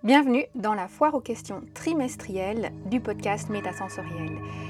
Bienvenue dans la foire aux questions trimestrielle du podcast Métasensoriel.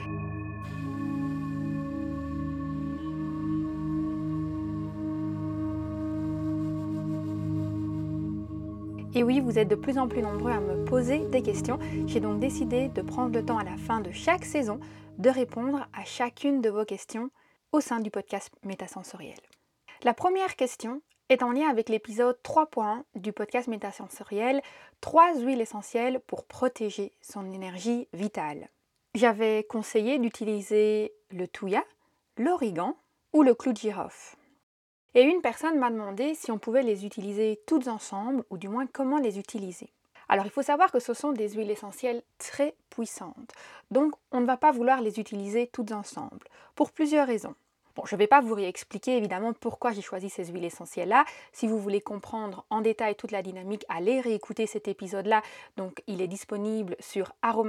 Et oui, vous êtes de plus en plus nombreux à me poser des questions. J'ai donc décidé de prendre le temps à la fin de chaque saison de répondre à chacune de vos questions au sein du podcast Métasensoriel. La première question est en lien avec l'épisode 3.1 du podcast Métasensoriel, 3 huiles essentielles pour protéger son énergie vitale. J'avais conseillé d'utiliser le thuya, l'origan ou le clou de girofle. Et une personne m'a demandé si on pouvait les utiliser toutes ensemble, ou du moins comment les utiliser. Alors il faut savoir que ce sont des huiles essentielles très puissantes, donc on ne va pas vouloir les utiliser toutes ensemble, pour plusieurs raisons. Bon, je ne vais pas vous réexpliquer évidemment pourquoi j'ai choisi ces huiles essentielles-là. Si vous voulez comprendre en détail toute la dynamique, allez réécouter cet épisode-là. Donc il est disponible sur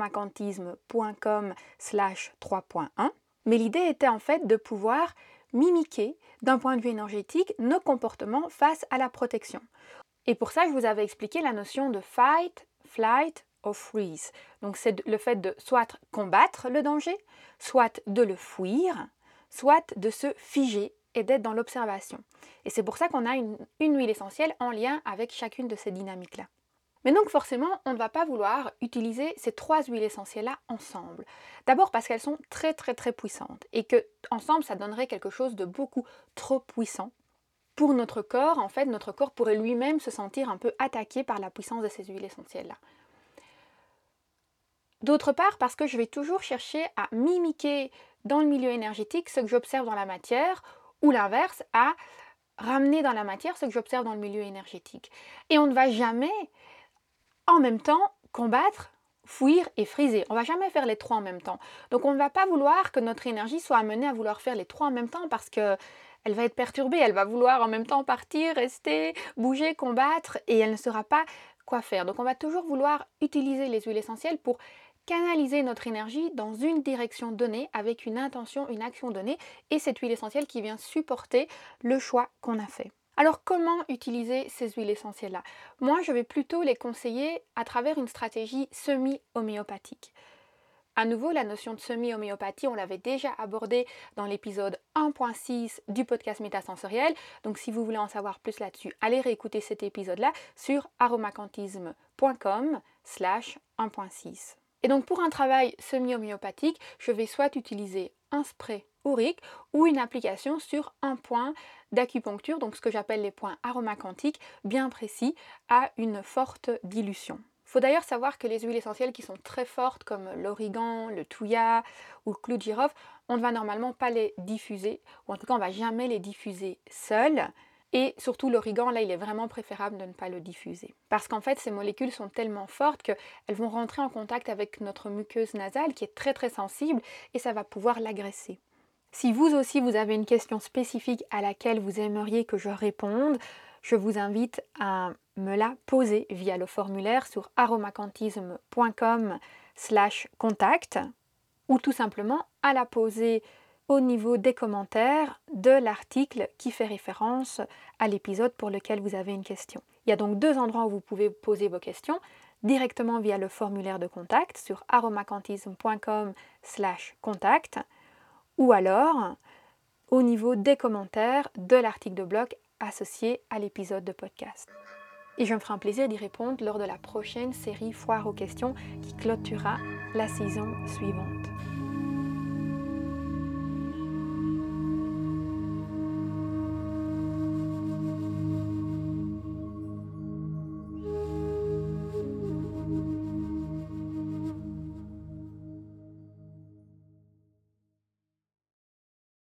aromacantisme.com/3.1. Mais l'idée était en fait de pouvoir mimiquer d'un point de vue énergétique nos comportements face à la protection. Et pour ça, je vous avais expliqué la notion de fight, flight or freeze. Donc c'est le fait de soit combattre le danger, soit de le fuir, soit de se figer et d'être dans l'observation. Et c'est pour ça qu'on a une huile essentielle en lien avec chacune de ces dynamiques-là. Mais donc forcément, on ne va pas vouloir utiliser ces 3 huiles essentielles-là ensemble. D'abord parce qu'elles sont très puissantes et que ensemble, ça donnerait quelque chose de beaucoup trop puissant. Pour notre corps, en fait, notre corps pourrait lui-même se sentir un peu attaqué par la puissance de ces huiles essentielles-là. D'autre part, parce que je vais toujours chercher à mimiquer dans le milieu énergétique ce que j'observe dans la matière, ou l'inverse, à ramener dans la matière ce que j'observe dans le milieu énergétique. Et on ne va jamais en même temps combattre, fuir et friser. On ne va jamais faire les trois en même temps. Donc on ne va pas vouloir que notre énergie soit amenée à vouloir faire les trois en même temps parce que elle va être perturbée, elle va vouloir en même temps partir, rester, bouger, combattre et elle ne saura pas quoi faire. Donc on va toujours vouloir utiliser les huiles essentielles pour canaliser notre énergie dans une direction donnée avec une intention, une action donnée et cette huile essentielle qui vient supporter le choix qu'on a fait. Alors comment utiliser ces huiles essentielles-là? Moi, je vais plutôt les conseiller à travers une stratégie semi-homéopathique. À nouveau, la notion de semi-homéopathie, on l'avait déjà abordée dans l'épisode 1.6 du podcast Métasensoriel. Donc si vous voulez en savoir plus là-dessus, allez réécouter cet épisode-là sur aromacantisme.com/1.6. Et donc pour un travail semi-homéopathique, je vais soit utiliser un spray aurique ou une application sur un point d'acupuncture, donc ce que j'appelle les points aromacantiques bien précis à une forte dilution. Il faut d'ailleurs savoir que les huiles essentielles qui sont très fortes comme l'origan, le thuya ou le clou de girofle, on ne va normalement pas les diffuser, ou en tout cas on ne va jamais les diffuser seules. Et surtout l'origan, là, il est vraiment préférable de ne pas le diffuser. Parce qu'en fait, ces molécules sont tellement fortes qu'elles vont rentrer en contact avec notre muqueuse nasale qui est très sensible et ça va pouvoir l'agresser. Si vous aussi vous avez une question spécifique à laquelle vous aimeriez que je réponde, je vous invite à me la poser via le formulaire sur aromacantisme.com/contact ou tout simplement à la poser au niveau des commentaires de l'article qui fait référence à l'épisode pour lequel vous avez une question. Il y a donc 2 endroits où vous pouvez poser vos questions, directement via le formulaire de contact sur aromacantisme.com/contact ou alors au niveau des commentaires de l'article de blog associé à l'épisode de podcast. Et je me ferai un plaisir d'y répondre lors de la prochaine série Foire aux questions qui clôturera la saison suivante.